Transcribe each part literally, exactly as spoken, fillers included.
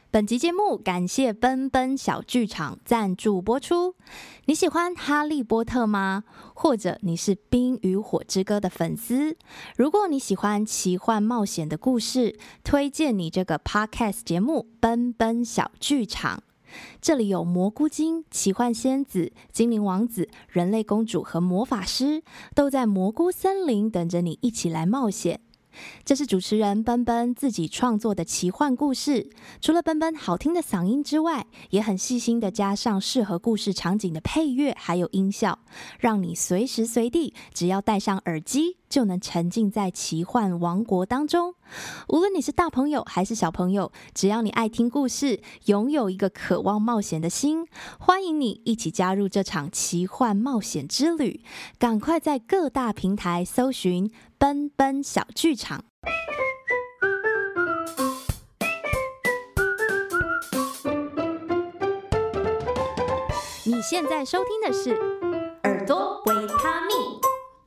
本集节目感谢奔奔小剧场赞助播出。你喜欢哈利波特吗？或者你是冰与火之歌的粉丝？如果你喜欢奇幻冒险的故事，推荐你这个 podcast 节目奔奔小剧场。这里有蘑菇精、奇幻仙子、精灵王子、人类公主和魔法师，都在蘑菇森林等着你一起来冒险。这是主持人奔奔自己创作的奇幻故事，除了奔奔好听的嗓音之外，也很细心的加上适合故事场景的配乐还有音效，让你随时随地只要戴上耳机就能沉浸在奇幻王国当中。无论你是大朋友还是小朋友，只要你爱听故事，拥有一个渴望冒险的心，欢迎你一起加入这场奇幻冒险之旅。赶快在各大平台搜寻奔奔小剧场。你现在收听的是耳朵维他命。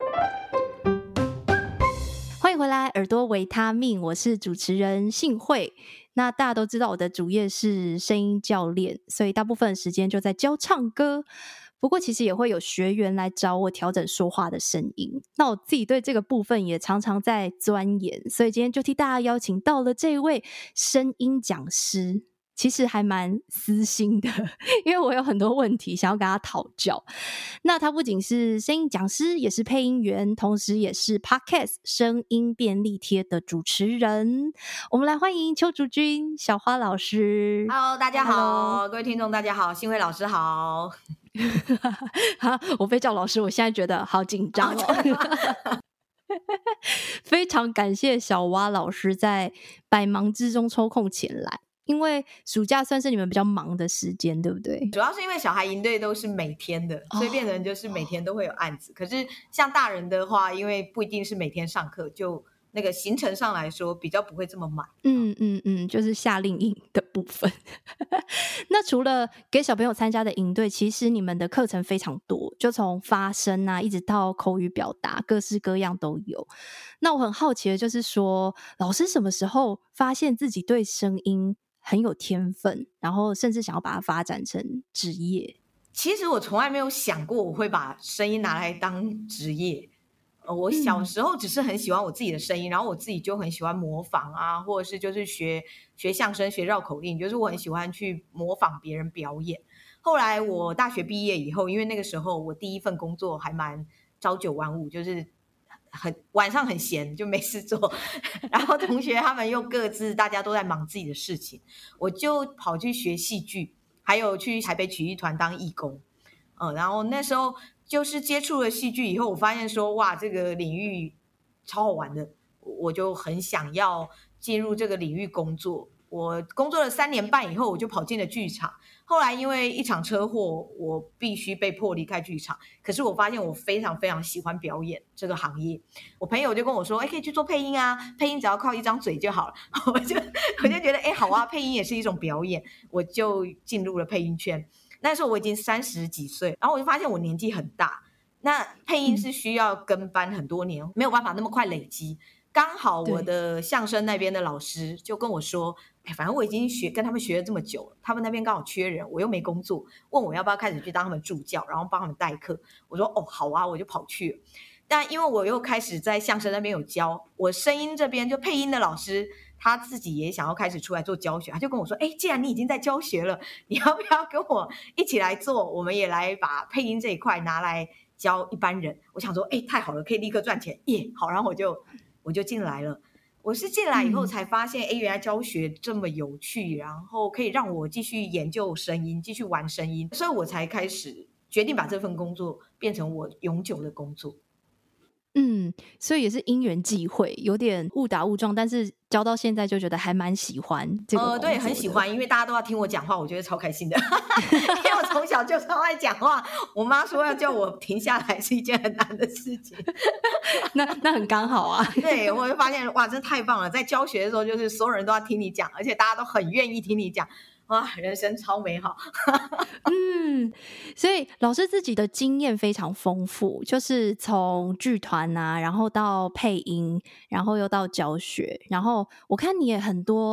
欢迎回来，耳朵维他命，我是主持人信慧。那大家都知道我的主业是声音教练，所以大部分时间就在教唱歌。不过其实也会有学员来找我调整说话的声音，那我自己对这个部分也常常在钻研，所以今天就替大家邀请到了这位声音讲师。其实还蛮私心的，因为我有很多问题想要跟他讨教。那他不仅是声音讲师，也是配音员，同时也是 Podcast 声音便利贴的主持人。我们来欢迎邱竹君小花老师。 Hello， 大家好。 Hello 各位听众大家好，信慧老师好。 我被叫老师，我现在觉得好紧张哦。非常感谢小蛙老师在百忙之中抽空前来，因为暑假算是你们比较忙的时间，对不对？ 主要是因为小孩营队都是每天的，所以变成就是每天都会有案子、哦、可是像大人的话，因为不一定是每天上课，就那个行程上来说比较不会这么满。 嗯嗯嗯，就是夏令营的部分。那除了给小朋友参加的营队，其实你们的课程非常多，就从发声啊一直到口语表达，各式各样都有。那我很好奇的就是说，老师什么时候发现自己对声音很有天分，然后甚至想要把它发展成职业？ 其实我从来没有想过我会把声音拿来当职业。呃，我小时候只是很喜欢我自己的声音、嗯、然后我自己就很喜欢模仿啊，或者是就是学学相声学绕口令，就是我很喜欢去模仿别人表演。后来我大学毕业以后，因为那个时候我第一份工作还蛮朝九晚五，就是很晚上很闲就没事做，然后同学他们又各自大家都在忙自己的事情，我就跑去学戏剧，还有去台北曲艺团当义工。呃，然后那时候就是接触了戏剧以后，我发现说哇，这个领域超好玩的，我就很想要进入这个领域工作。我工作了三年半以后，我就跑进了剧场。后来因为一场车祸，我必须被迫离开剧场。可是我发现我非常非常喜欢表演这个行业。我朋友就跟我说，哎，可以去做配音啊，配音只要靠一张嘴就好了。我就我就觉得，哎，好啊，配音也是一种表演，我就进入了配音圈。那时候我已经三十几岁，然后我就发现我年纪很大。那配音是需要跟班很多年，没有办法那么快累积。刚好我的相声那边的老师就跟我说，哎，反正我已经学跟他们学了这么久了，他们那边刚好缺人，我又没工作，问我要不要开始去当他们助教，然后帮他们代课。我说哦好啊，我就跑去了。但因为我又开始在相声那边有教，我声音这边就配音的老师他自己也想要开始出来做教学，他就跟我说，哎，既然你已经在教学了，你要不要跟我一起来做，我们也来把配音这一块拿来教一般人。我想说，哎，太好了，可以立刻赚钱耶！好，然后我就我就进来了。我是进来以后才发现，哎、嗯，原来教学这么有趣，然后可以让我继续研究声音，继续玩声音，所以我才开始决定把这份工作变成我永久的工作。 嗯，所以也是因缘际会，有点误打误撞，但是教到现在就觉得还蛮喜欢这个工作的。 呃，对，很喜欢，因为大家都要听我讲话，我觉得超开心的。因为我从小就超爱讲话，我妈说要叫我停下来是一件很难的事情。 那那很刚好啊。 对，我就发现哇，真太棒了！在教学的时候，就是所有人都要听你讲，而且大家都很愿意听你讲。哇，人生超美好。 嗯，所以老师自己的经验非常丰富，就是从剧团啊，然后到配音，然后又到教学，然后我看你也很多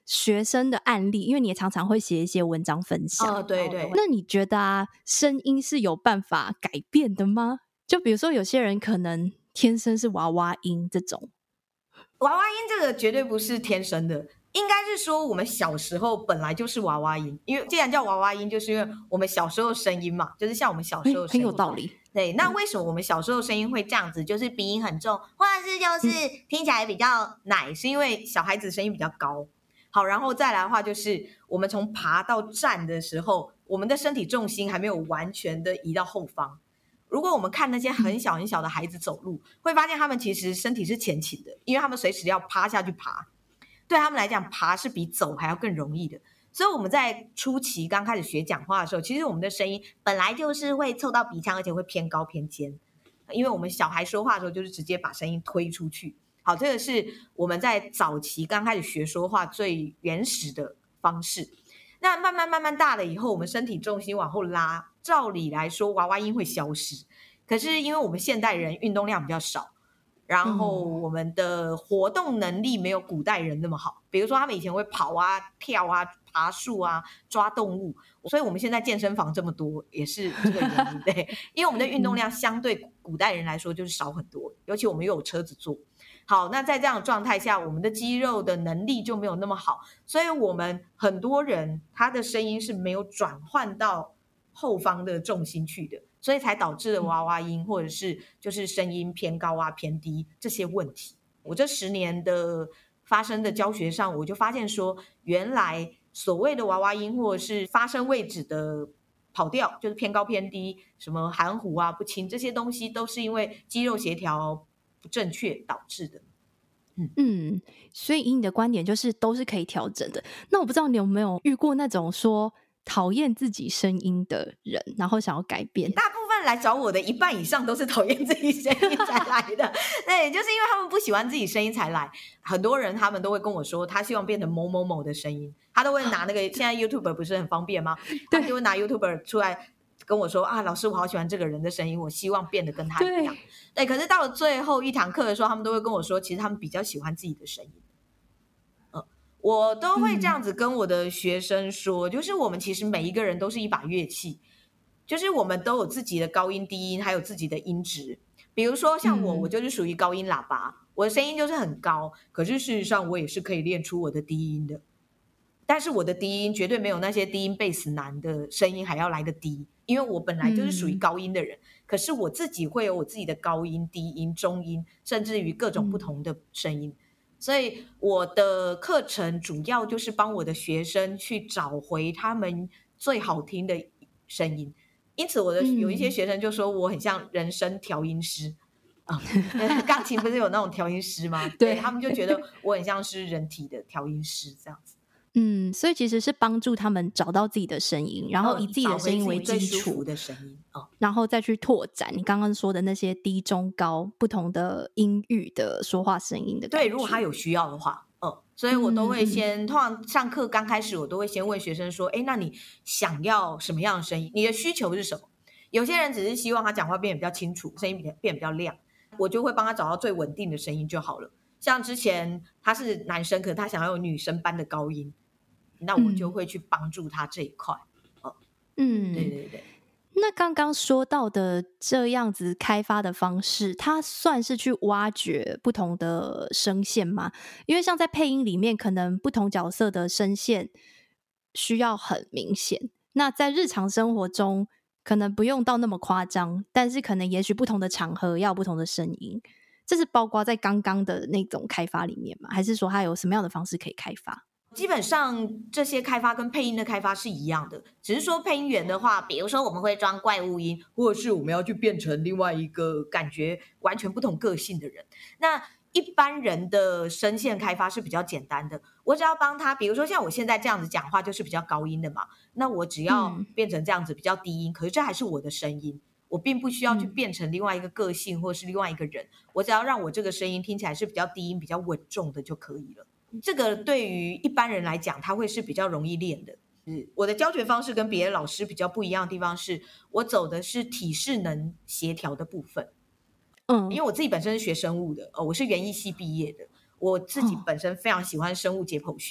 学生的案例，因为你也常常会写一些文章分享。 哦，对对。 那你觉得啊，声音是有办法改变的吗？就比如说有些人可能天生是娃娃音这种。 娃娃音这个绝对不是天生的，应该是说我们小时候本来就是娃娃音，因为既然叫娃娃音，就是因为我们小时候声音嘛，就是像我们小时候声音、 欸、很有道理。 对，那为什么我们小时候声音会这样子，就是鼻音很重，或者是就是听起来比较奶，是因为小孩子声音比较高。好，然后再来的话，就是我们从爬到站的时候，我们的身体重心还没有完全的移到后方。如果我们看那些很小很小的孩子走路，会发现他们其实身体是前倾的，因为他们随时要趴下去爬，对他们来讲爬是比走还要更容易的。所以我们在初期刚开始学讲话的时候，其实我们的声音本来就是会凑到鼻腔，而且会偏高偏尖，因为我们小孩说话的时候就是直接把声音推出去。好，这个是我们在早期刚开始学说话最原始的方式。那慢慢慢慢大了以后，我们身体重心往后拉，照理来说娃娃音会消失，可是因为我们现代人运动量比较少，然后我们的活动能力没有古代人那么好，比如说他们以前会跑啊跳啊爬树啊抓动物，所以我们现在健身房这么多也是这个原因。对，因为我们的运动量相对古代人来说就是少很多，尤其我们又有车子坐。好，那在这样的状态下，我们的肌肉的能力就没有那么好，所以我们很多人他的声音是没有转换到后方的重心去的，所以才导致了娃娃音或者是就是声音偏高啊偏低这些问题。我这十年的发声的教学上，我就发现说，原来所谓的娃娃音或者是发声位置的跑调，就是偏高偏低，什么含糊啊不清，这些东西都是因为肌肉协调不正确导致的。 嗯嗯，所以以你的观点就是都是可以调整的。那我不知道你有没有遇过那种说讨厌自己声音的人，然后想要改变？ 大部分来找我的一半以上都是讨厌自己声音才来的。对，就是因为他们不喜欢自己声音才来。很多人他们都会跟我说，他希望变成某某某的声音，他都会拿那个现在 YouTuber 不是很方便吗？他就会拿 YouTuber 出来跟我说啊，老师我好喜欢这个人的声音，我希望变得跟他一样。对，可是到了最后一堂课的时候，他们都会跟我说，其实他们比较喜欢自己的声音。嗯，我都会这样子跟我的学生说，嗯、就是我们其实每一个人都是一把乐器，就是我们都有自己的高音、低音，还有自己的音质。比如说像我，嗯、我就是属于高音喇叭，我的声音就是很高，可是事实上我也是可以练出我的低音的。但是我的低音绝对没有那些低音贝斯男的声音还要来得低，因为我本来就是属于高音的人，嗯、可是我自己会有我自己的高音、低音、中音，甚至于各种不同的声音。嗯、所以我的课程主要就是帮我的学生去找回他们最好听的声音。因此我的有一些学生就说我很像人声调音师。啊、嗯，钢琴不是有那种调音师吗？对，他们就觉得我很像是人体的调音师这样子。 嗯，所以其实是帮助他们找到自己的声音，然后以自己的声音为基础， 的声音、哦、 然后再去拓展你刚刚说的那些低中高不同的音域的说话声音的感觉。 对，如果他有需要的话，嗯，所以我都会先、嗯、通常上课刚开始我都会先问学生说，哎，那你想要什么样的声音？你的需求是什么？有些人只是希望他讲话变得比较清楚，声音变得比较亮，我就会帮他找到最稳定的声音就好了。像之前他是男生，可是他想要有女生般的高音，那我就会去帮助他这一块。嗯，对对对。 那刚刚说到的这样子开发的方式，它算是去挖掘不同的声线吗？因为像在配音里面，可能不同角色的声线需要很明显，那在日常生活中可能不用到那么夸张，但是可能也许不同的场合要有不同的声音，这是包括在刚刚的那种开发里面吗？还是说它有什么样的方式可以开发？ 基本上这些开发跟配音的开发是一样的，只是说配音员的话，比如说我们会装怪物音，或者是我们要去变成另外一个感觉完全不同个性的人。那一般人的声线开发是比较简单的，我只要帮他，比如说像我现在这样子讲话就是比较高音的嘛，那我只要变成这样子比较低音，嗯、可是这还是我的声音，我并不需要去变成另外一个个性或是另外一个人，我只要让我这个声音听起来是比较低音比较稳重的就可以了。这个对于一般人来讲他会是比较容易练的。我的教学方式跟别的老师比较不一样的地方是，我走的是体适能协调的部分。嗯，因为我自己本身是学生物的，呃，我是园艺系毕业的，我自己本身非常喜欢生物解剖学，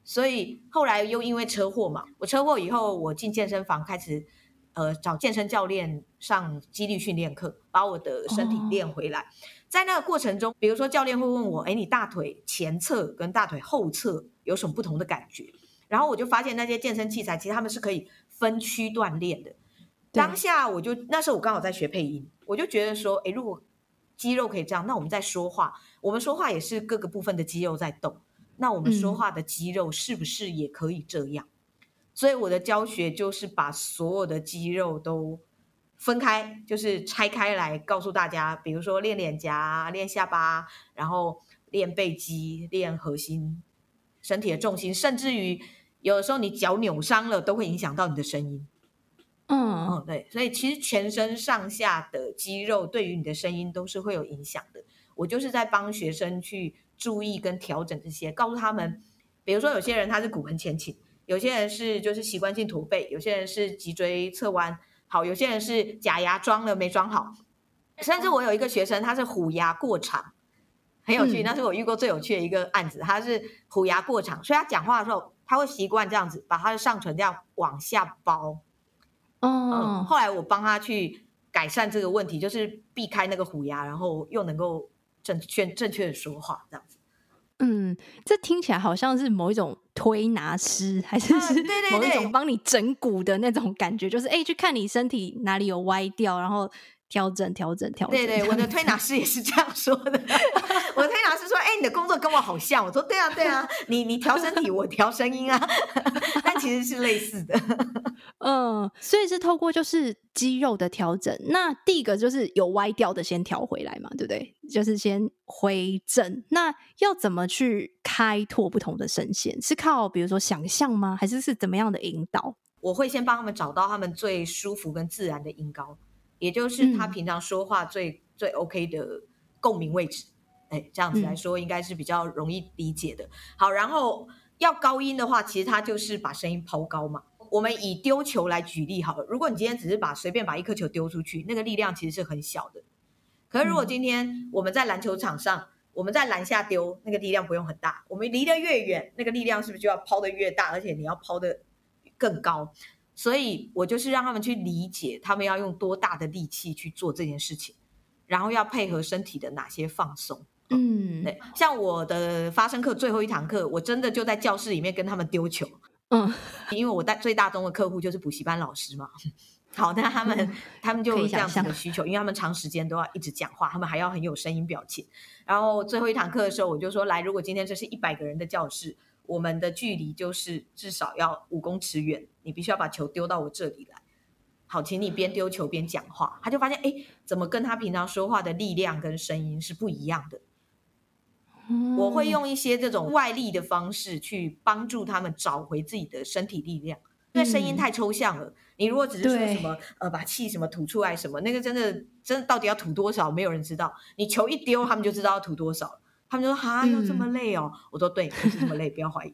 所以后来又因为车祸嘛，我车祸以后我进健身房开始呃找健身教练上肌力训练课，把我的身体练回来。哦，在那个过程中，比如说教练会问我，哎，你大腿前侧跟大腿后侧有什么不同的感觉？然后我就发现那些健身器材其实他们是可以分区锻炼的。当下我就那时候我刚好在学配音，我就觉得说，哎，如果肌肉可以这样，那我们在说话，我们说话也是各个部分的肌肉在动，那我们说话的肌肉是不是也可以这样？嗯，所以我的教学就是把所有的肌肉都分开，就是拆开来告诉大家，比如说练脸颊、练下巴，然后练背肌、练核心，身体的重心，甚至于有的时候你脚扭伤了都会影响到你的声音。嗯嗯，对，所以其实全身上下的肌肉对于你的声音都是会有影响的。我就是在帮学生去注意跟调整这些，告诉他们，比如说有些人他是骨盆前倾，有些人是就是习惯性驼背，有些人是脊椎侧弯，好，有些人是假牙装了没装好，甚至我有一个学生他是虎牙过长，很有趣，嗯，那是我遇过最有趣的一个案子，他是虎牙过长，所以他讲话的时候他会习惯这样子把他的上唇这样往下包。嗯，后来我帮他去改善这个问题，就是避开那个虎牙，然后又能够正确正确的说话，这样子。 嗯，这听起来好像是某一种推拿师，还是是某一种帮你整骨的那种感觉，就是哎，去看你身体哪里有歪掉，然后调整调整调整。 对对，我的推拿师也是这样说的。我的推拿师说，哎，你的工作跟我好像。我说对啊对啊，你你调身体，我调声音啊。但其实是类似的。 嗯，所以是透过就是肌肉的调整。那第一个就是有歪掉的先调回来嘛，对不对？就是先回正。那要怎么去开拓不同的声线？是靠比如说想象吗？还是是怎么样的引导？ 我会先帮他们找到他们最舒服跟自然的音高，也就是他平常说话最、嗯、最 OK 的共鸣位置。哎，这样子来说应该是比较容易理解的。好，然后要高音的话，其实它就是把声音抛高嘛。我们以丢球来举例好了，如果你今天只是把随便把一颗球丢出去，那个力量其实是很小的。可是如果今天我们在篮球场上，我们在篮下丢，那个力量不用很大，我们离得越远，那个力量是不是就要抛得越大，而且你要抛得更高？所以我就是让他们去理解他们要用多大的力气去做这件事情，然后要配合身体的哪些放松。嗯，对，像我的发声课最后一堂课，我真的就在教室里面跟他们丢球。嗯，因为我最大宗的客户就是补习班老师嘛。好，那他们、嗯、他们就有这样子的需求，因为他们长时间都要一直讲话，他们还要很有声音表情。然后最后一堂课的时候，我就说，来，如果今天这是一百个人的教室，我们的距离就是至少要五公尺远，你必须要把球丢到我这里来。好，请你边丢球边讲话。他就发现，哎，怎么跟他平常说话的力量跟声音是不一样的。我会用一些这种外力的方式去帮助他们找回自己的身体力量，因为声音太抽象了。你如果只是说什么呃把气什么吐出来什么，那个真的真的到底要吐多少，没有人知道。你球一丢，他们就知道要吐多少了。他们就说哈，要这么累哦。嗯、我说对，就是这么累，不要怀疑。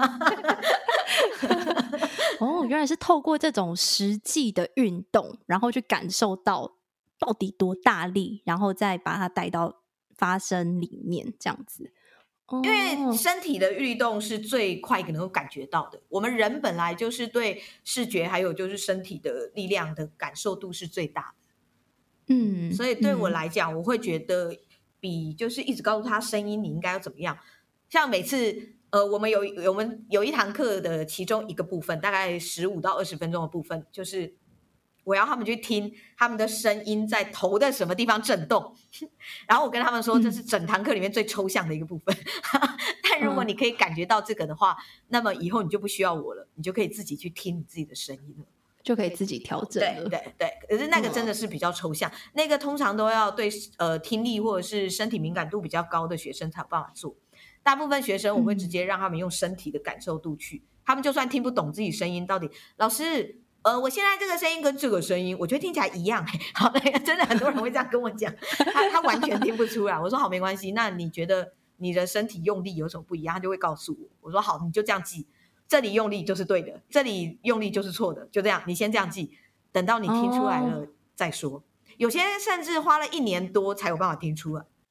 哦，原来是透过这种实际的运动，然后去感受到到底多大力，然后再把它带到发声里面这样子。 因为身体的律动是最快能够感觉到的，我们人本来就是对视觉还有就是身体的力量的感受度是最大的。嗯，所以对我来讲、嗯、我会觉得比就是一直告诉他声音你应该要怎么样，像每次呃我们有我们有一堂课的其中一个部分，大概十五到二十分钟的部分，就是我要他们去听他们的声音在头的什么地方震动，然后我跟他们说这是整堂课里面最抽象的一个部分、嗯、但如果你可以感觉到这个的话、嗯、那么以后你就不需要我了，你就可以自己去听你自己的声音了， 就可以自己调整了。 对对对，可是那个真的是比较抽象、嗯、那个通常都要对呃听力或者是身体敏感度比较高的学生才有办法做，大部分学生我会直接让他们用身体的感受度去、嗯、他们就算听不懂自己声音到底老师呃，我现在这个声音跟这个声音，我觉得听起来一样。好，真的很多人会这样跟我讲，他他完全听不出来。我说好，没关系。那你觉得你的身体用力有什么不一样？他就会告诉我。我说好，你就这样记，这里用力就是对的，这里用力就是错的，就这样，你先这样记，等到你听出来了再说。哦、有些甚至花了一年多才有办法听出来。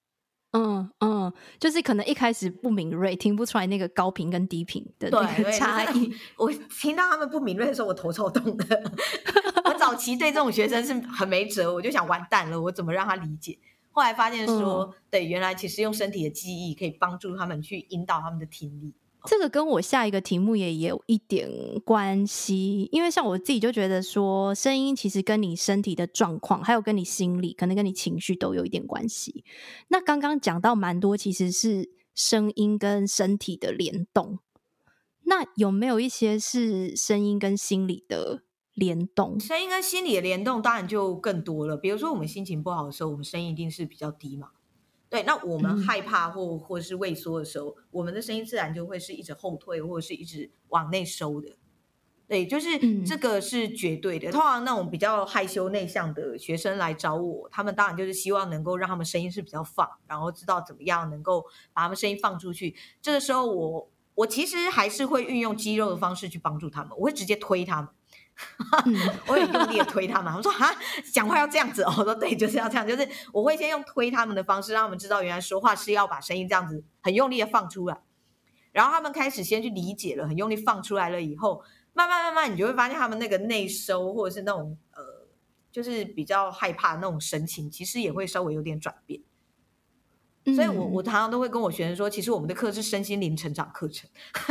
嗯嗯，就是可能一开始不敏锐，听不出来那个高频跟低频的那个差异。 我听到他们不敏锐的时候，我头超痛的。我早期对这种学生是很没辙，我就想完蛋了，我怎么让他理解？后来发现说，嗯、对，原来其实用身体的记忆可以帮助他们去引导他们的听力。 这个跟我下一个题目也有一点关系，因为像我自己就觉得说，声音其实跟你身体的状况，还有跟你心理，可能跟你情绪都有一点关系。那刚刚讲到蛮多，其实是声音跟身体的联动。那有没有一些是声音跟心理的联动？ 声音跟心理的联动当然就更多了。比如说我们心情不好的时候，我们声音一定是比较低嘛。对，那我们害怕或、嗯、或是畏缩的时候，我们的声音自然就会是一直后退，或者是一直往内收的。对，就是这个是绝对的。嗯、通常那种比较害羞内向的学生来找我，他们当然就是希望能够让他们声音是比较放，然后知道怎么样能够把他们声音放出去。这个时候我我其实还是会运用肌肉的方式去帮助他们，我会直接推他们。我很用力的推他们，他们说哈，讲话要这样子哦。我说对，就是要这样，就是我会先用推他们的方式，让他们知道原来说话是要把声音这样子很用力的放出来，然后他们开始先去理解了，很用力放出来了以后，慢慢慢慢你就会发现他们那个内收或者是那种呃，就是比较害怕的那种神情，其实也会稍微有点转变。所以我我常常都会跟我学生说，其实我们的课是身心灵成长课程。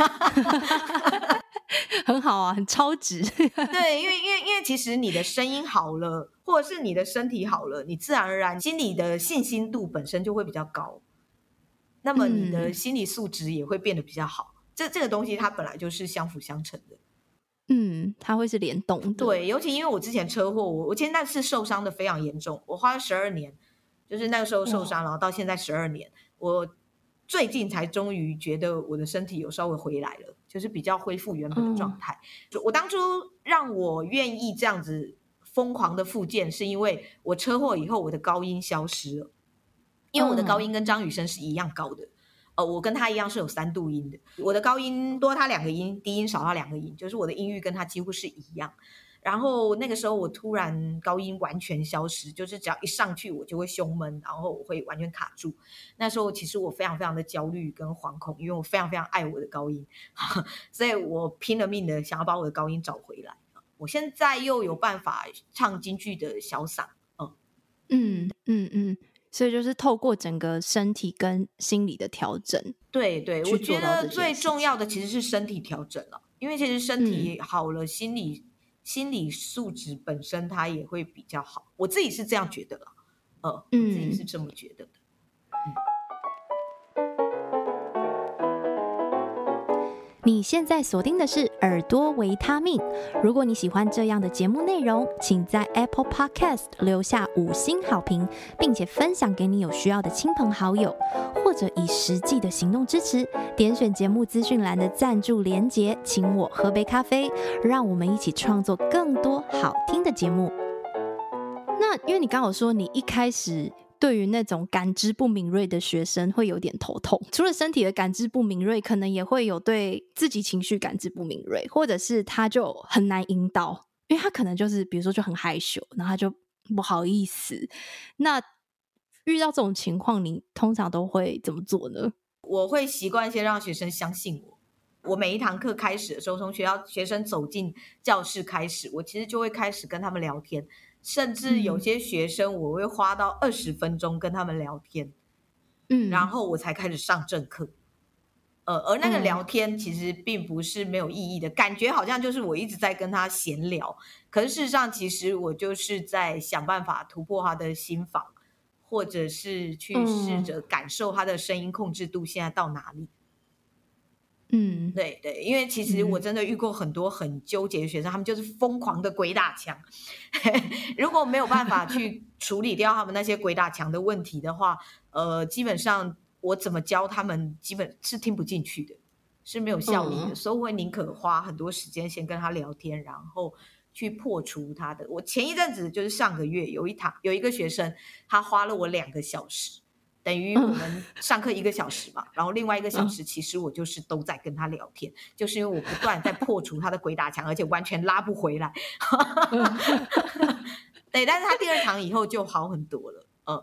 很好啊，很超值。 对，因为因为因为其实你的声音好了，或者是你的身体好了，你自然而然心理的信心度本身就会比较高，那么你的心理素质也会变得比较好。嗯、这这个东西它本来就是相辅相成的。 嗯，它会是联动的。 对，尤其因为我之前车祸，我我今天那次受伤的非常严重，我花了十二年，就是那个时候受伤，然后到现在十二年，我最近才终于觉得我的身体有稍微回来了，就是比较恢复原本的状态。嗯、我当初让我愿意这样子疯狂的复健，是因为我车祸以后我的高音消失了，因为我的高音跟张雨生是一样高的。呃，我跟他一样是有三度音的，我的高音多他两个音，低音少他两个音，就是我的音域跟他几乎是一样。然后那个时候我突然高音完全消失，就是只要一上去我就会胸闷，然后我会完全卡住。那时候其实我非常非常的焦虑跟惶恐，因为我非常非常爱我的高音，所以我拼了命的想要把我的高音找回来。我现在又有办法唱京剧的小嗓。嗯嗯嗯嗯，所以就是透过整个身体跟心理的调整。 对对，我觉得最重要的其实是身体调整了，因为其实身体好了，嗯、心理心理素质本身它也会比较好。我自己是这样觉得了，呃，我自己是这么觉得的。嗯你现在锁定的是耳朵维他命。如果你喜欢这样的节目内容，请在 Apple Podcast 留下五星好评，并且分享给你有需要的亲朋好友，或者以实际的行动支持，点选节目资讯栏的赞助连结，请我喝杯咖啡，让我们一起创作更多好听的节目。那因为你刚好说你一开始对于那种感知不敏锐的学生会有点头痛，除了身体的感知不敏锐，可能也会有对自己情绪感知不敏锐，或者是他就很难引导，因为他可能就是比如说就很害羞，然后他就不好意思。那遇到这种情况你通常都会怎么做呢？ 我会习惯先让学生相信我。我每一堂课开始的时候，从学校学生走进教室开始，我其实就会开始跟他们聊天，甚至有些学生我会花到二十分钟跟他们聊天，嗯，然后我才开始上正课。呃，而那个聊天其实并不是没有意义的，嗯、感觉好像就是我一直在跟他闲聊，可是事实上其实我就是在想办法突破他的心防，或者是去试着感受他的声音控制度现在到哪里。嗯，对对，因为其实我真的遇过很多很纠结的学生，嗯、他们就是疯狂的鬼打墙。如果没有办法去处理掉他们那些鬼打墙的问题的话，呃，基本上我怎么教他们，基本是听不进去的，是没有效力的。嗯、所以我会宁可花很多时间先跟他聊天，然后去破除他的。我前一阵子就是上个月有一堂有一个学生，他花了我两个小时。等于我们上课一个小时嘛，嗯、然后另外一个小时其实我就是都在跟他聊天，嗯、就是因为我不断在破除他的鬼打墙，而且完全拉不回来。对，但是他第二堂以后就好很多了。嗯，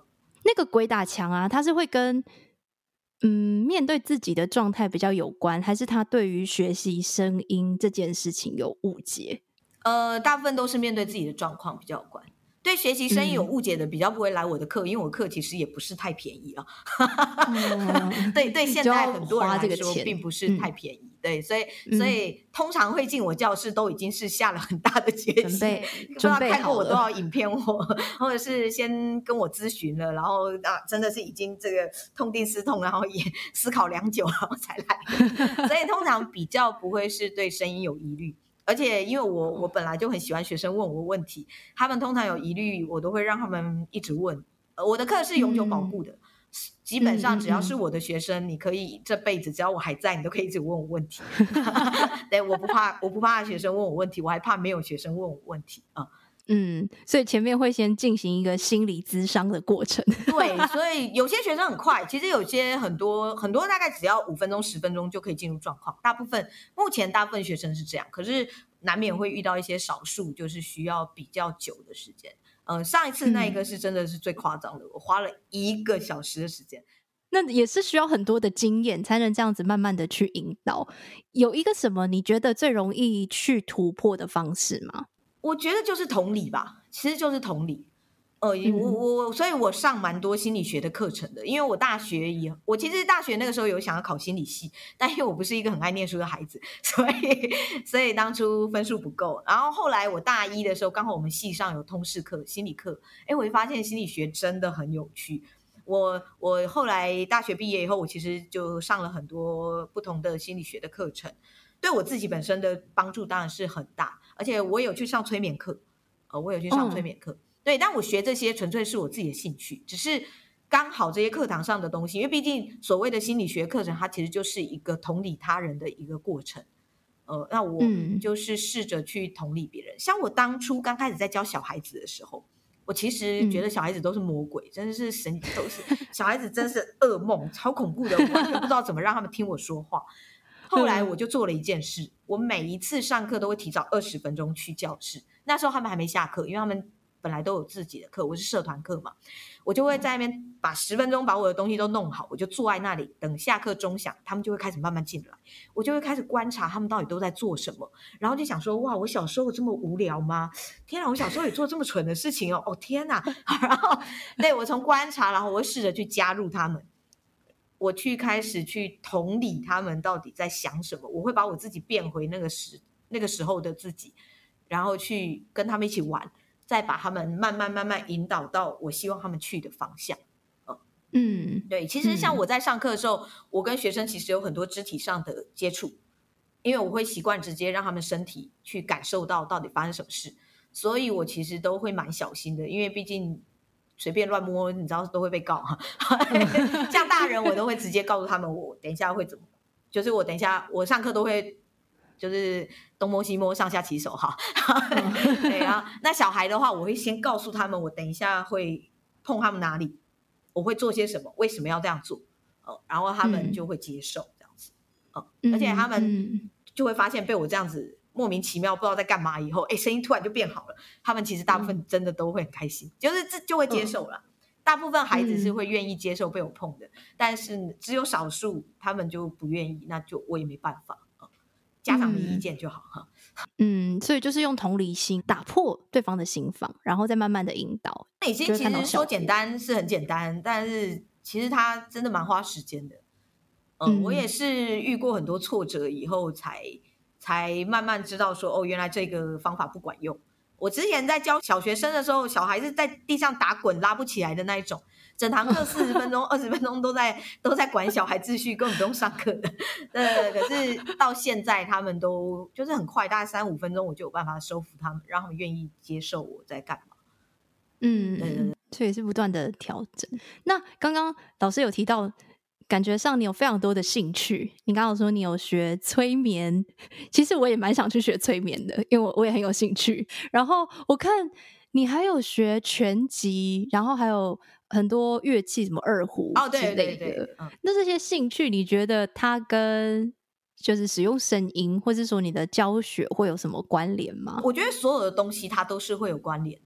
那个鬼打墙啊，它是会跟嗯面对自己的状态比较有关，还是他对于学习声音这件事情有误解？ 呃，大部分都是面对自己的状况比较有关。对学习声音有误解的比较不会来我的课，因为我课其实也不是太便宜啊。 嗯对对，现在很多人来说就要花这个钱并不是太便宜，对，所以嗯所以通常会进我教室都已经是下了很大的决心， 准备不知道准备好看过我多少了， 影片或或者是先跟我咨询了，然后啊真的是已经这个痛定思痛，然后也思考良久，然后才来，所以通常比较不会是对声音有疑虑。而且因为我我本来就很喜欢学生问我问题，他们通常有疑虑，我都会让他们一直问。呃我的课是永久保固的，基本上只要是我的学生，你可以这辈子只要我还在，你都可以一直问我问题。对，我不怕，我不怕学生问我问题，我还怕没有学生问我问题啊。 嗯，所以前面会先进行一个心理咨商的过程。 对，所以有些学生很快，其实有些很多很多大概只要五分钟十分钟就可以进入状况。大部分目前大部分学生是这样，可是难免会遇到一些少数，就是需要比较久的时间。嗯、呃，上一次那一个是真的是最夸张的，我花了一个小时的时间。 那也是需要很多的经验才能这样子慢慢的去引导。有一个什么你觉得最容易去突破的方式吗？ 我觉得就是同理吧，其实就是同理。呃， 嗯我我所以，我上蛮多心理学的课程的，因为我大学以我其实大学那个时候有想要考心理系，但因为我不是一个很爱念书的孩子，所以所以当初分数不够。然后后来我大一的时候，刚好我们系上有通识课、心理课，哎，我就发现心理学真的很有趣。我我后来大学毕业以后，我其实就上了很多不同的心理学的课程，对我自己本身的帮助当然是很大，而且我有去上催眠课，呃，我有去上催眠课。嗯对，但我学这些纯粹是我自己的兴趣，只是刚好这些课堂上的东西，因为毕竟所谓的心理学课程，它其实就是一个同理他人的一个过程。呃，那我就是试着去同理别人。嗯、像我当初刚开始在教小孩子的时候，我其实觉得小孩子都是魔鬼，嗯、真的是神，都是小孩子，真是噩梦，超恐怖的，我完全不知道怎么让他们听我说话。后来我就做了一件事，我每一次上课都会提早二十分钟去教室。那时候他们还没下课，因为他们本来都有自己的课，我是社团课嘛，我就会在那边把十分钟把我的东西都弄好，我就坐在那里等下课钟响，他们就会开始慢慢进来，我就会开始观察他们到底都在做什么，然后就想说，哇，我小时候这么无聊吗？天哪，我小时候也做这么蠢的事情哦！哦天哪！然后对我从观察，然后我会试着去加入他们，我去开始去同理他们到底在想什么，我会把我自己变回那个时那个时候的自己，然后去跟他们一起玩。再把他们慢慢慢慢引导到我希望他们去的方向。嗯，对，其实像我在上课的时候，嗯、我跟学生其实有很多肢体上的接触，因为我会习惯直接让他们身体去感受到到底发生什么事，所以我其实都会蛮小心的，因为毕竟随便乱摸，你知道都会被告哈。像大人我都会直接告诉他们，我等一下会怎么，就是我等一下我上课都会。就是东摸西摸上下其手哈，对啊。那小孩的话，我会先告诉他们，我等一下会碰他们哪里，我会做些什么，为什么要这样做，呃、然后他们就会接受这样子，呃、而且他们就会发现被我这样子莫名其妙不知道在干嘛以后，哎，声音突然就变好了，他们其实大部分真的都会很开心，就是这就会接受了。大部分孩子是会愿意接受被我碰的，但是只有少数他们就不愿意，那就我也没办法。家长的意见就好哈， 嗯，所以就是用同理心打破对方的心防，然后再慢慢的引导。 内心其实说简单是很简单，但是其实它真的蛮花时间的。呃、嗯，我也是遇过很多挫折以后才才慢慢知道说，哦，原来这个方法不管用。我之前在教小学生的时候，小孩子在地上打滚拉不起来的那一种，整堂课四十分钟、二十分钟都在都在管小孩秩序，根本不用上课的。呃，可是到现在他们都就是很快，大概三五分钟我就有办法收服他们，让他们愿意接受我在干嘛。 嗯，对对对，所以是不断的调整。那刚刚老师有提到，感觉上你有非常多的兴趣。你刚刚有说你有学催眠，其实我也蛮想去学催眠的，因为我我也很有兴趣。然后我看你还有学拳击，然后还有很多乐器，什么二胡之类的。哦、对对对对嗯、那这些兴趣，你觉得它跟就是使用声音，或是说你的教学会有什么关联吗？ 我觉得所有的东西它都是会有关联的。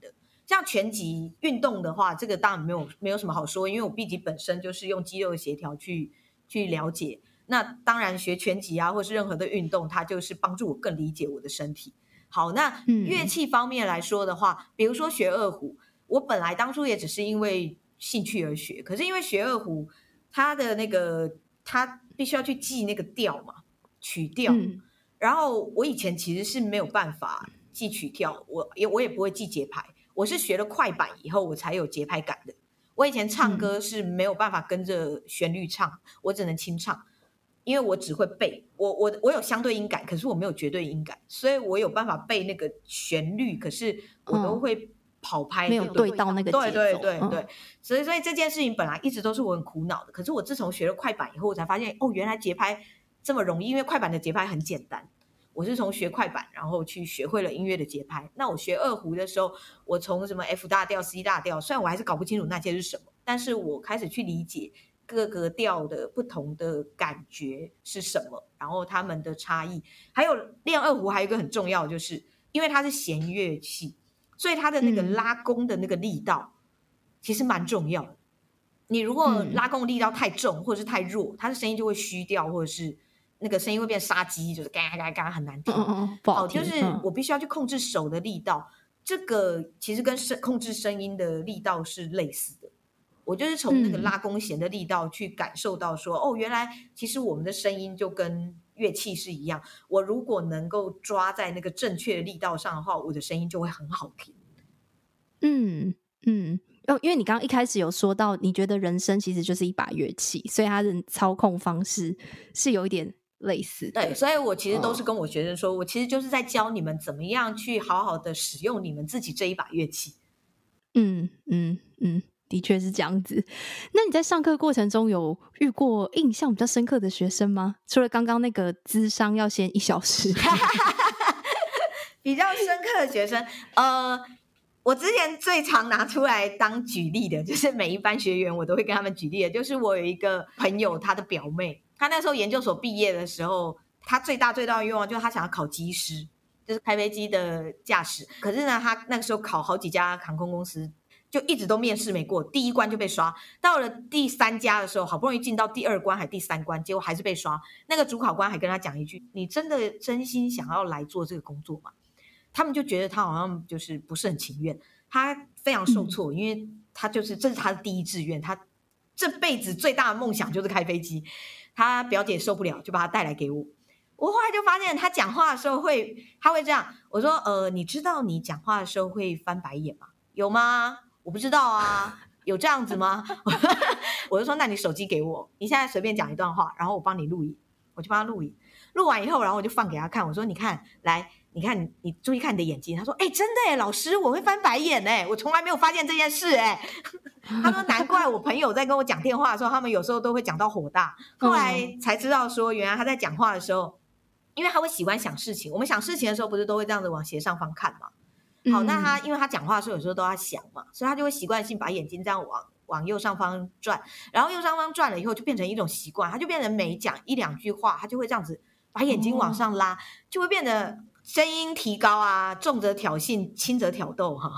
像拳击运动的话，这个当然没有没有什么好说，因为我毕竟本身就是用肌肉协调去去了解。那当然学拳击啊，或是任何的运动，它就是帮助我更理解我的身体。好，那乐器方面来说的话，比如说学二胡，我本来当初也只是因为兴趣而学，可是因为学二胡，它的那个它必须要去记那个调嘛，曲调。嗯，然后我以前其实是没有办法记曲调，我也我也不会记节拍，我是学了快板以后我才有节拍感的。我以前唱歌是没有办法跟着旋律唱，我只能清唱。因为我只会背，我我我有相对音感，可是我没有绝对音感，所以我有办法背那个旋律，可是我都会跑拍， 嗯、没有对到那个节奏。 对对对对，嗯、所以所以这件事情本来一直都是我很苦恼的。可是我自从学了快板以后，我才发现哦，原来节拍这么容易，因为快板的节拍很简单。我是从学快板，然后去学会了音乐的节拍。那我学二胡的时候，我从什么 F 大调、C 大调，虽然我还是搞不清楚那些是什么，但是我开始去理解各个调的不同的感觉是什么，然后他们的差异。还有练二胡还有一个很重要，就是因为它是弦乐器，所以它的那个拉弓的那个力道其实蛮重要的。你如果拉弓力道太重或者是太弱，它的声音就会虚掉，或者是那个声音会变杀鸡，就是嘎嘎嘎很难听。 嗯嗯不好听。 哦，就是我必须要去控制手的力道，嗯、这个其实跟声控制声音的力道是类似的。我就是从那个拉弓弦的力道去感受到说、嗯、哦，原来其实我们的声音就跟乐器是一样，我如果能够抓在那个正确的力道上的话，我的声音就会很好听。 嗯嗯，因为你刚刚一开始有说到你觉得人声其实就是一把乐器，所以它的操控方式是有一点类似的。 对，所以我其实都是跟我学生说、哦、我其实就是在教你们怎么样去好好的使用你们自己这一把乐器。 嗯嗯嗯，的确是这样子。那你在上课过程中有遇过印象比较深刻的学生吗？除了刚刚那个諮商要先一小时比较深刻的学生，呃，我之前最常拿出来当举例的，就是每一班学员我都会跟他们举例的，就是我有一个朋友，他的表妹，他那时候研究所毕业的时候，他最大最大的愿望就是他想要考机师，就是开飞机的驾驶。可是呢，他那个时候考好几家航空公司，就一直都面试没过，第一关就被刷。到了第三家的时候，好不容易进到第二关还第三关，结果还是被刷。那个主考官还跟他讲一句：“你真的真心想要来做这个工作吗？”他们就觉得他好像就是不是很情愿，他非常受挫，嗯、因为他就是这是他的第一志愿，他这辈子最大的梦想就是开飞机。他表姐受不了，就把他带来给我。我后来就发现他讲话的时候会，他会这样。我说：“呃，你知道你讲话的时候会翻白眼吗？有吗？我不知道啊，有这样子吗？”我就说：“那你手机给我，你现在随便讲一段话，然后我帮你录影。”我就帮他录影，录完以后，然后我就放给他看。我说：“你看，来。”你看你你注意看你的眼睛。他说：“哎、欸，真的耶，老师，我会翻白眼哎，我从来没有发现这件事哎。”他说：“难怪我朋友在跟我讲电话的时候，他们有时候都会讲到火大。”后来才知道说，原来他在讲话的时候，因为他会喜欢想事情。我们想事情的时候，不是都会这样子往斜上方看嘛？好，那他因为他讲话的时候有时候都要想嘛，所以他就会习惯性把眼睛这样往往右上方转，然后右上方转了以后就变成一种习惯，他就变成每讲一两句话，他就会这样子把眼睛往上拉，就会变得声音提高啊，重则挑衅，轻则挑逗哈，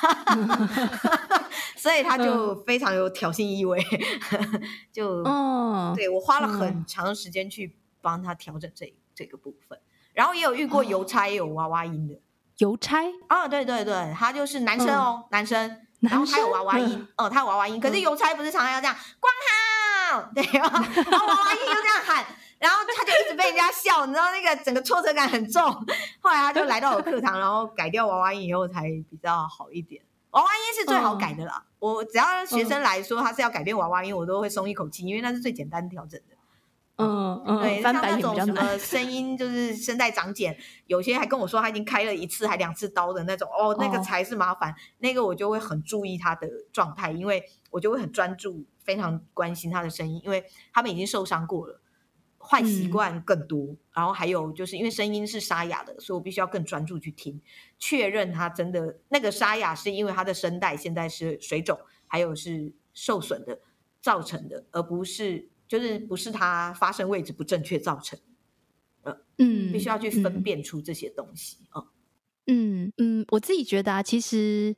所以他就非常有挑衅意味，就、哦、对我花了很长时间去帮他调整这这个部分，然后也有遇过邮差也有娃娃音的。 邮差哦，对对对，他就是男生哦，嗯、男生，然后他有娃娃音，哦、嗯，他有娃娃音，可是邮差不是常常要这样关好，对吧？然后娃娃音就这样喊，然后他就一直被人家笑，你知道那个整个挫折感很重。后来他就来到我课堂，然后改掉娃娃音以后才比较好一点。娃娃音是最好改的啦，嗯、我只要学生来说他是要改变娃娃音，我都会松一口气，因为那是最简单调整的。嗯嗯，对，像那种什么声音就是声带长茧，有些还跟我说他已经开了一次还两次刀的那种，哦，那个才是麻烦，哦、那个我就会很注意他的状态，因为我就会很专注，非常关心他的声音，因为他们已经受伤过了，坏习惯更多，嗯、然后还有就是因为声音是沙哑的，所以我必须要更专注去听，确认他真的那个沙哑是因为他的声带现在是水肿，还有是受损的造成的，而不是。就是不是它发声位置不正确造成的，嗯，必须要去分辨出这些东西啊。 嗯 嗯, 嗯，我自己觉得啊，其实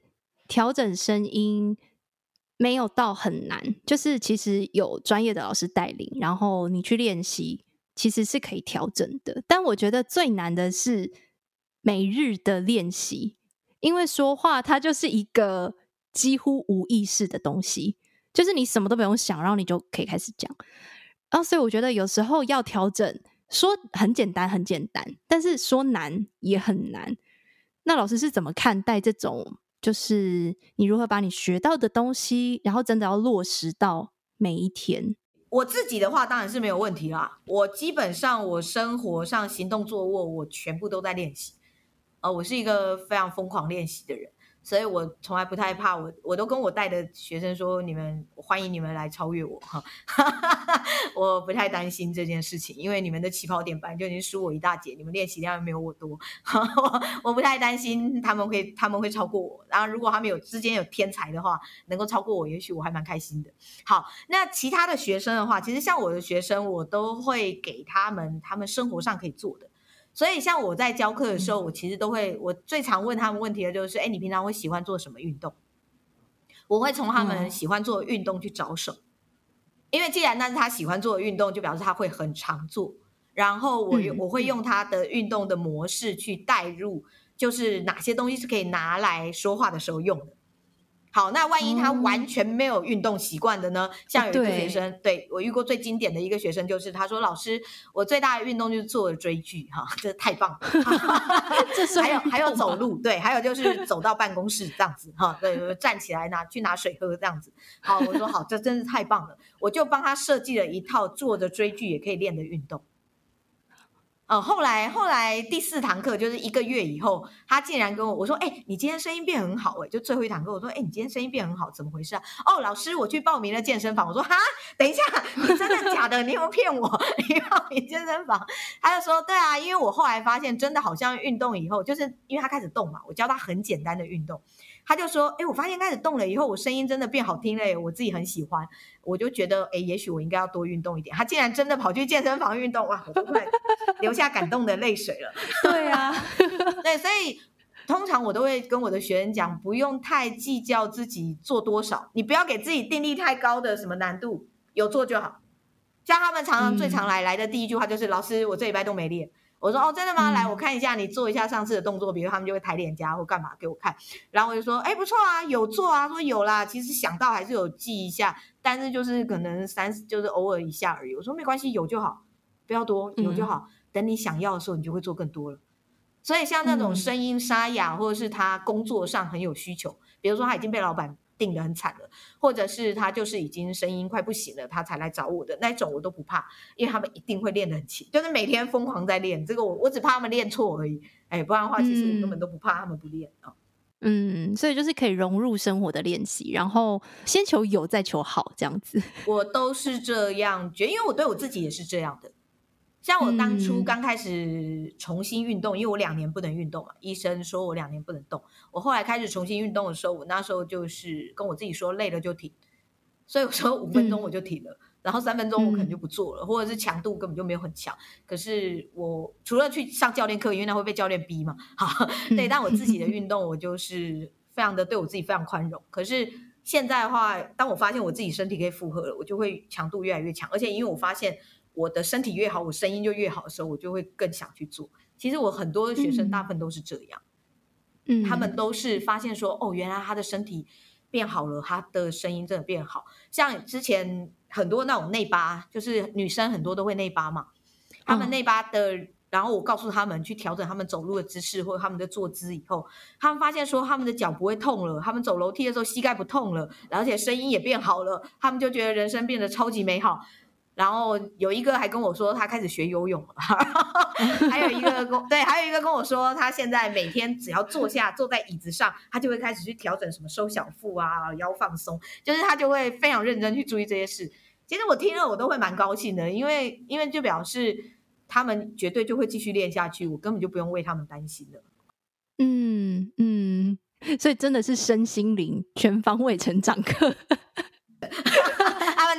调整声音没有到很难，就是其实有专业的老师带领，然后你去练习其实是可以调整的。但我觉得最难的是每日的练习，因为说话它就是一个几乎无意识的东西，就是你什么都不用想，然后你就可以开始讲。然后所以我觉得有时候要调整，说很简单很简单，但是说难也很难。那老师是怎么看待这种，就是你如何把你学到的东西，然后真的要落实到每一天？ 我自己的话当然是没有问题啦，我基本上我生活上行动坐卧我全部都在练习，呃，我是一个非常疯狂练习的人，所以我从来不太怕，我我都跟我带的学生说，你们欢迎你们来超越我哈，我不太担心这件事情，因为你们的起跑点本来就已经输我一大截，你们练习量没有我多，我我不太担心他们会他们会超过我，然后如果他们有之间有天才的话，能够超过我，也许我还蛮开心的。好，那其他的学生的话，其实像我的学生，我都会给他们他们生活上可以做的。所以像我在教课的时候，我其实都会，我最常问他们问题的就是，哎，你平常会喜欢做什么运动？我会从他们喜欢做的运动去着手，因为既然那是他喜欢做的运动，就表示他会很常做。然后我我会用他的运动的模式去带入，就是哪些东西是可以拿来说话的时候用的。好，那万一他完全没有运动习惯的呢？嗯、像有一个学生，哦、对, 对我遇过最经典的一个学生，就是他说：“老师，我最大的运动就是做追剧，哈，这太棒了。这是还有还有走路，对，还有就是走到办公室这样子，哈，对，站起来拿去拿水喝这样子。好，我说好，这真是太棒了，我就帮他设计了一套坐着追剧也可以练的运动。”呃，后来后来第四堂课就是一个月以后，他竟然跟我我说：“哎、欸，你今天声音变很好哎、欸！”就最后一堂课，我说：“哎、欸，你今天声音变很好，怎么回事啊？”哦，老师，我去报名了健身房。我说：“哈，等一下，你真的假的？你有没有骗我？你报名健身房？”他就说：“对啊，因为我后来发现，真的好像运动以后，就是因为他开始动嘛，我教他很简单的运动。”他就说：“哎、欸，我发现开始动了以后，我声音真的变好听了、欸，我自己很喜欢。”我就觉得，哎、欸，也许我应该要多运动一点。他竟然真的跑去健身房运动，哇！我都快流下感动的泪水了。 对啊， 对，所以通常我都会跟我的学生讲，不用太计较自己做多少，你不要给自己定立太高的什么难度，有做就好。像他们常常最常来、嗯、来的第一句话就是：“老师，我这礼拜都没练。”我说：“哦，真的吗？来，我看一下你做一下上次的动作，比如他们就会抬脸颊或干嘛给我看，然后我就说：哎，不错啊，有做啊。说有啦，其实想到还是有记一下，但是就是可能三就是偶尔一下而已。我说没关系，有就好，不要多，有就好。嗯、等你想要的时候，你就会做更多了。所以像那种声音沙哑，或者是他工作上很有需求，比如说他已经被老板定得很惨了，或者是他就是已经声音快不行了，他才来找我的那种，我都不怕，因为他们一定会练得很勤，就是每天疯狂在练。这个我我只怕他们练错而已，哎，不然的话，其实我根本都不怕他们不练啊。 嗯，所以就是可以融入生活的练习，然后先求有，再求好，这样子。 我都是这样觉得，因为我对我自己也是这样的。像我当初刚开始重新运动、嗯、因为我两年不能运动嘛，医生说我两年不能动。我后来开始重新运动的时候，我那时候就是跟我自己说累了就停，所以我说五分钟我就停了、嗯、然后三分钟我可能就不做了、嗯、或者是强度根本就没有很强。可是我除了去上教练课，因为那会被教练逼嘛，好，对，但我自己的运动我就是非常的对我自己非常宽容。可是现在的话，当我发现我自己身体可以负荷了，我就会强度越来越强，而且因为我发现我的身体越好，我声音就越好的时候，我就会更想去做。其实我很多学生大部分都是这样、嗯、他们都是发现说，哦，原来他的身体变好了，他的声音真的变好。像之前很多那种内八，就是女生很多都会内八嘛，他们内八的、嗯、然后我告诉他们去调整他们走路的姿势或者他们的坐姿以后，他们发现说他们的脚不会痛了，他们走楼梯的时候膝盖不痛了，而且声音也变好了，他们就觉得人生变得超级美好。然后有一个还跟我说他开始学游泳了还有一个跟对，还有一个跟我说他现在每天只要坐下坐在椅子上，他就会开始去调整什么收小腹啊，腰放松，就是他就会非常认真去注意这些事。其实我听了我都会蛮高兴的，因为因为就表示他们绝对就会继续练下去，我根本就不用为他们担心了。 嗯嗯，所以真的是身心灵全方位成长课他们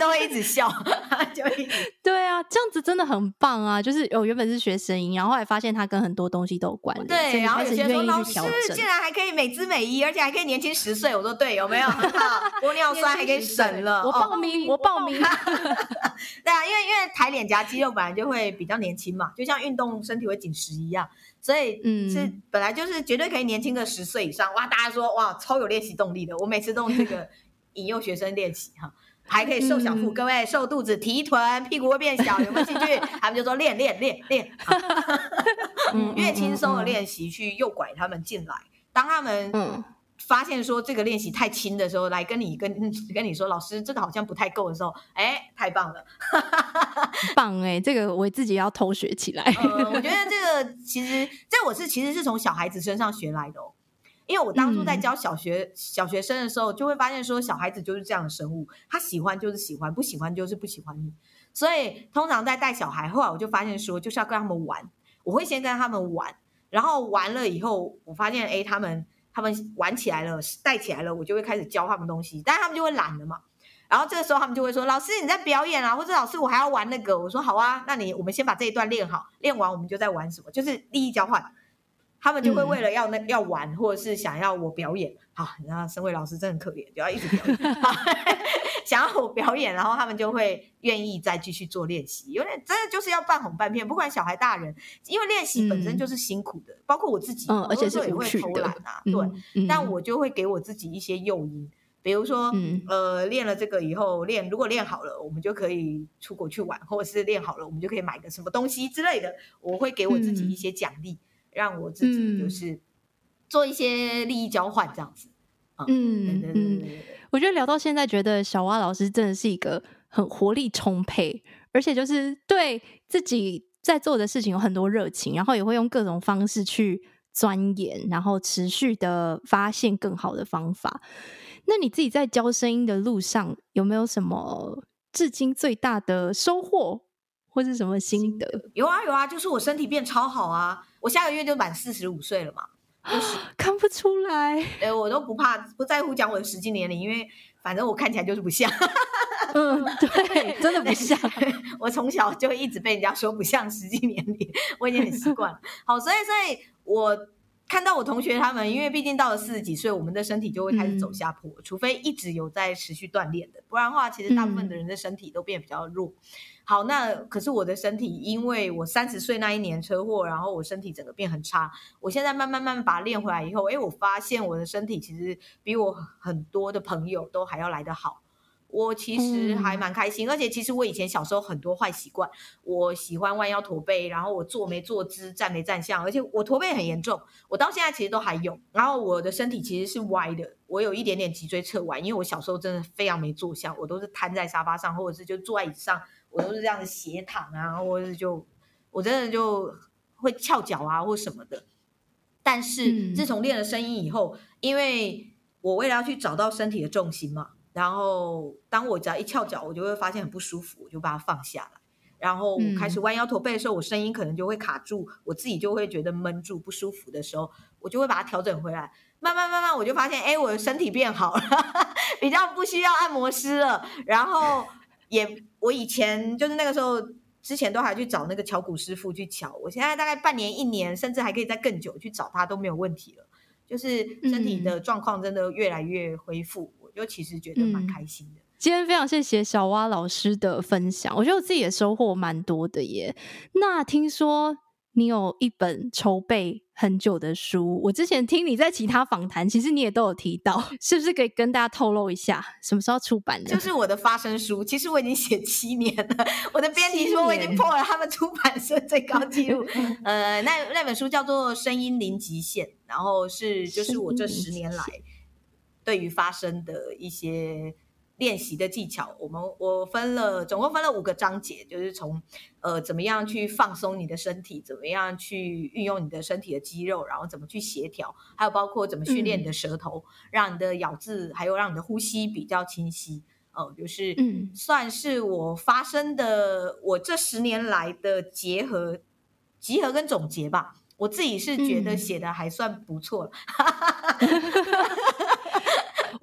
都会一直笑就一直对啊，这样子真的很棒啊！就是我原本是学声音，然后后来发现它跟很多东西都有关联， 对，然后有些人说老师整竟然还可以美姿美仪，而且还可以年轻十岁，我说对，有没有？玻尿酸还可以省了， 我报名，哦、我报名。 对啊，因为因为抬脸颊肌肉本来就会比较年轻嘛，就像运动身体会紧实一样，所以是本来就是绝对可以年轻个十岁以上。哇，大家说哇超有练习动力的，我每次都用这个引诱学生练习哈。还可以瘦小腹、嗯、各位瘦肚子提臀屁股会变小，有没有兴趣？他们就说练练练练嗯，越轻松的练习去诱拐他们进来，当他们发现说这个练习太轻的时候，来跟你跟跟你说老师这个好像不太够的时候，哎，太棒了棒哎、欸，这个我自己要偷学起来、 呃、我觉得这个其实这我是其实是从小孩子身上学来的哦，因为我当初在教小学、嗯、小学生的时候，就会发现说小孩子就是这样的生物，他喜欢就是喜欢，不喜欢就是不喜欢你。所以通常在带小孩，后来我就发现说就是要跟他们玩，我会先跟他们玩，然后玩了以后我发现哎，他们他们玩起来了，带起来了，我就会开始教他们东西，但是他们就会懒了嘛。然后这个时候他们就会说老师你在表演啊，或者老师我还要玩那个。我说好啊，那你我们先把这一段练好，练完我们就在玩什么，就是利益交换。他们就会为了要那、嗯、要玩，或者是想要我表演，好，你知道身为老师真的很可怜，就要一直表演想要我表演，然后他们就会愿意再继续做练习，有点真的就是要半哄半骗，不管小孩大人，因为练习本身就是辛苦的、嗯、包括我自己、 嗯、而且是也会偷懒啊、嗯、对、嗯，但我就会给我自己一些诱因，比如说、嗯、呃，练了这个以后练如果练好了我们就可以出国去玩，或者是练好了我们就可以买个什么东西之类的，我会给我自己一些奖励、嗯，让我自己就是做一些利益交换这样子。 嗯，对对对对对，我觉得聊到现在觉得小蛙老师真的是一个很活力充沛，而且就是对自己在做的事情有很多热情，然后也会用各种方式去钻研，然后持续的发现更好的方法。那你自己在教声音的路上有没有什么至今最大的收获或是什么心得？ 有啊有啊，就是我身体变超好啊，我下个月就满四十五岁了嘛，就是、 看不出来。 对，我都不怕不在乎讲我的实际年龄，因为反正我看起来就是不像嗯，对，真的不像我从小就一直被人家说不像实际年龄，我已经很习惯了好，所以所以我看到我同学他们，因为毕竟到了四十几岁，我们的身体就会开始走下坡、嗯、除非一直有在持续锻炼的，不然的话其实大部分的人的身体都变得比较弱、嗯、好，那可是我的身体因为我三十岁那一年车祸，然后我身体整个变很差，我现在慢慢慢慢把它练回来以后，诶，我发现我的身体其实比我很多的朋友都还要来得好，我其实还蛮开心、嗯、而且其实我以前小时候很多坏习惯，我喜欢弯腰驼背，然后我坐没坐姿，站没站相，而且我驼背很严重，我到现在其实都还有，然后我的身体其实是歪的，我有一点点脊椎侧弯，因为我小时候真的非常没坐相，我都是瘫在沙发上，或者是就坐在椅子上，我都是这样子斜躺啊，或者是就我真的就会翘脚啊或什么的。但是自从练了声音以后、嗯、因为我为了要去找到身体的重心嘛，然后当我只要一翘脚我就会发现很不舒服，我就把它放下来，然后我开始弯腰驼背的时候、嗯、我声音可能就会卡住，我自己就会觉得闷住不舒服的时候，我就会把它调整回来，慢慢慢慢我就发现哎，我的身体变好了比较不需要按摩师了，然后也我以前就是那个时候之前都还去找那个敲鼓师傅去敲，我现在大概半年一年甚至还可以再更久去找他都没有问题了，就是身体的状况真的越来越恢复、嗯、我就其实觉得蛮开心的、嗯、 今天非常谢谢小蛙老师的分享，我觉得我自己也收获蛮多的耶。那听说你有一本筹备很久的书，我之前听你在其他访谈其实你也都有提到，是不是可以跟大家透露一下什么时候出版的？ 就是我的发声书，其实我已经写七年了，我的编辑说我已经破了他们出版社最高纪录呃，那那本书叫做声音零极限，然后是就是我这十年来对于发声的一些练习的技巧，我们我分了总共分了五个章节，就是从呃怎么样去放松你的身体，怎么样去运用你的身体的肌肉，然后怎么去协调，还有包括怎么训练你的舌头、嗯、让你的咬字还有让你的呼吸比较清晰，呃、就是嗯算是我发声的我这十年来的结合集合跟总结吧，我自己是觉得写的还算不错了、嗯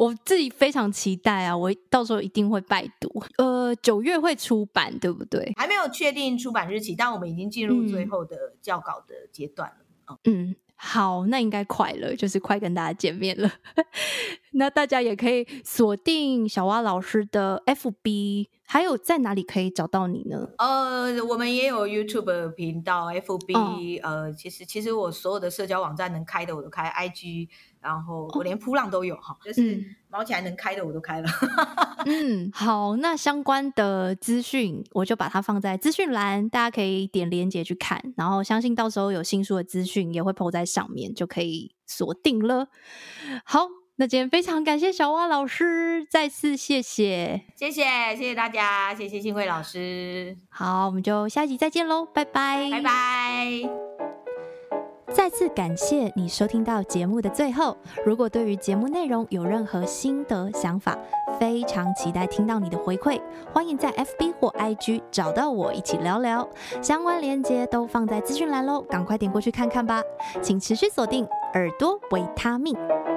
我自己非常期待啊，我到时候一定会拜读。呃，九月会出版，对不对？ 还没有确定出版日期，但我们已经进入最后的校稿的阶段了。 嗯。嗯，好，那应该快了，就是快跟大家见面了。那大家也可以锁定小蛙老师的 F B， 还有在哪里可以找到你呢？ 呃，我们也有 YouTube 频道 F B，哦，呃，其实其实我所有的社交网站能开的我都开 I G， 然后我连噗浪都有哈，哦，就是毛起来能开的我都开了。 嗯，好，那相关的资讯我就把它放在资讯栏，大家可以点连结去看，然后相信到时候有新书的资讯也会 po 在上面，就可以锁定了。好，那今天非常感谢小蛙老师，再次谢谢， 谢谢谢谢大家，谢谢信慧老师。 好，我们就下一集再见咯，拜拜， 拜拜。 再次感谢你收听到节目的最后，如果对于节目内容有任何心得想法，非常期待听到你的回馈，欢迎在 F B 或 I G 找到我一起聊聊，相关连结都放在资讯栏咯，赶快点过去看看吧，请持续锁定耳朵维他命。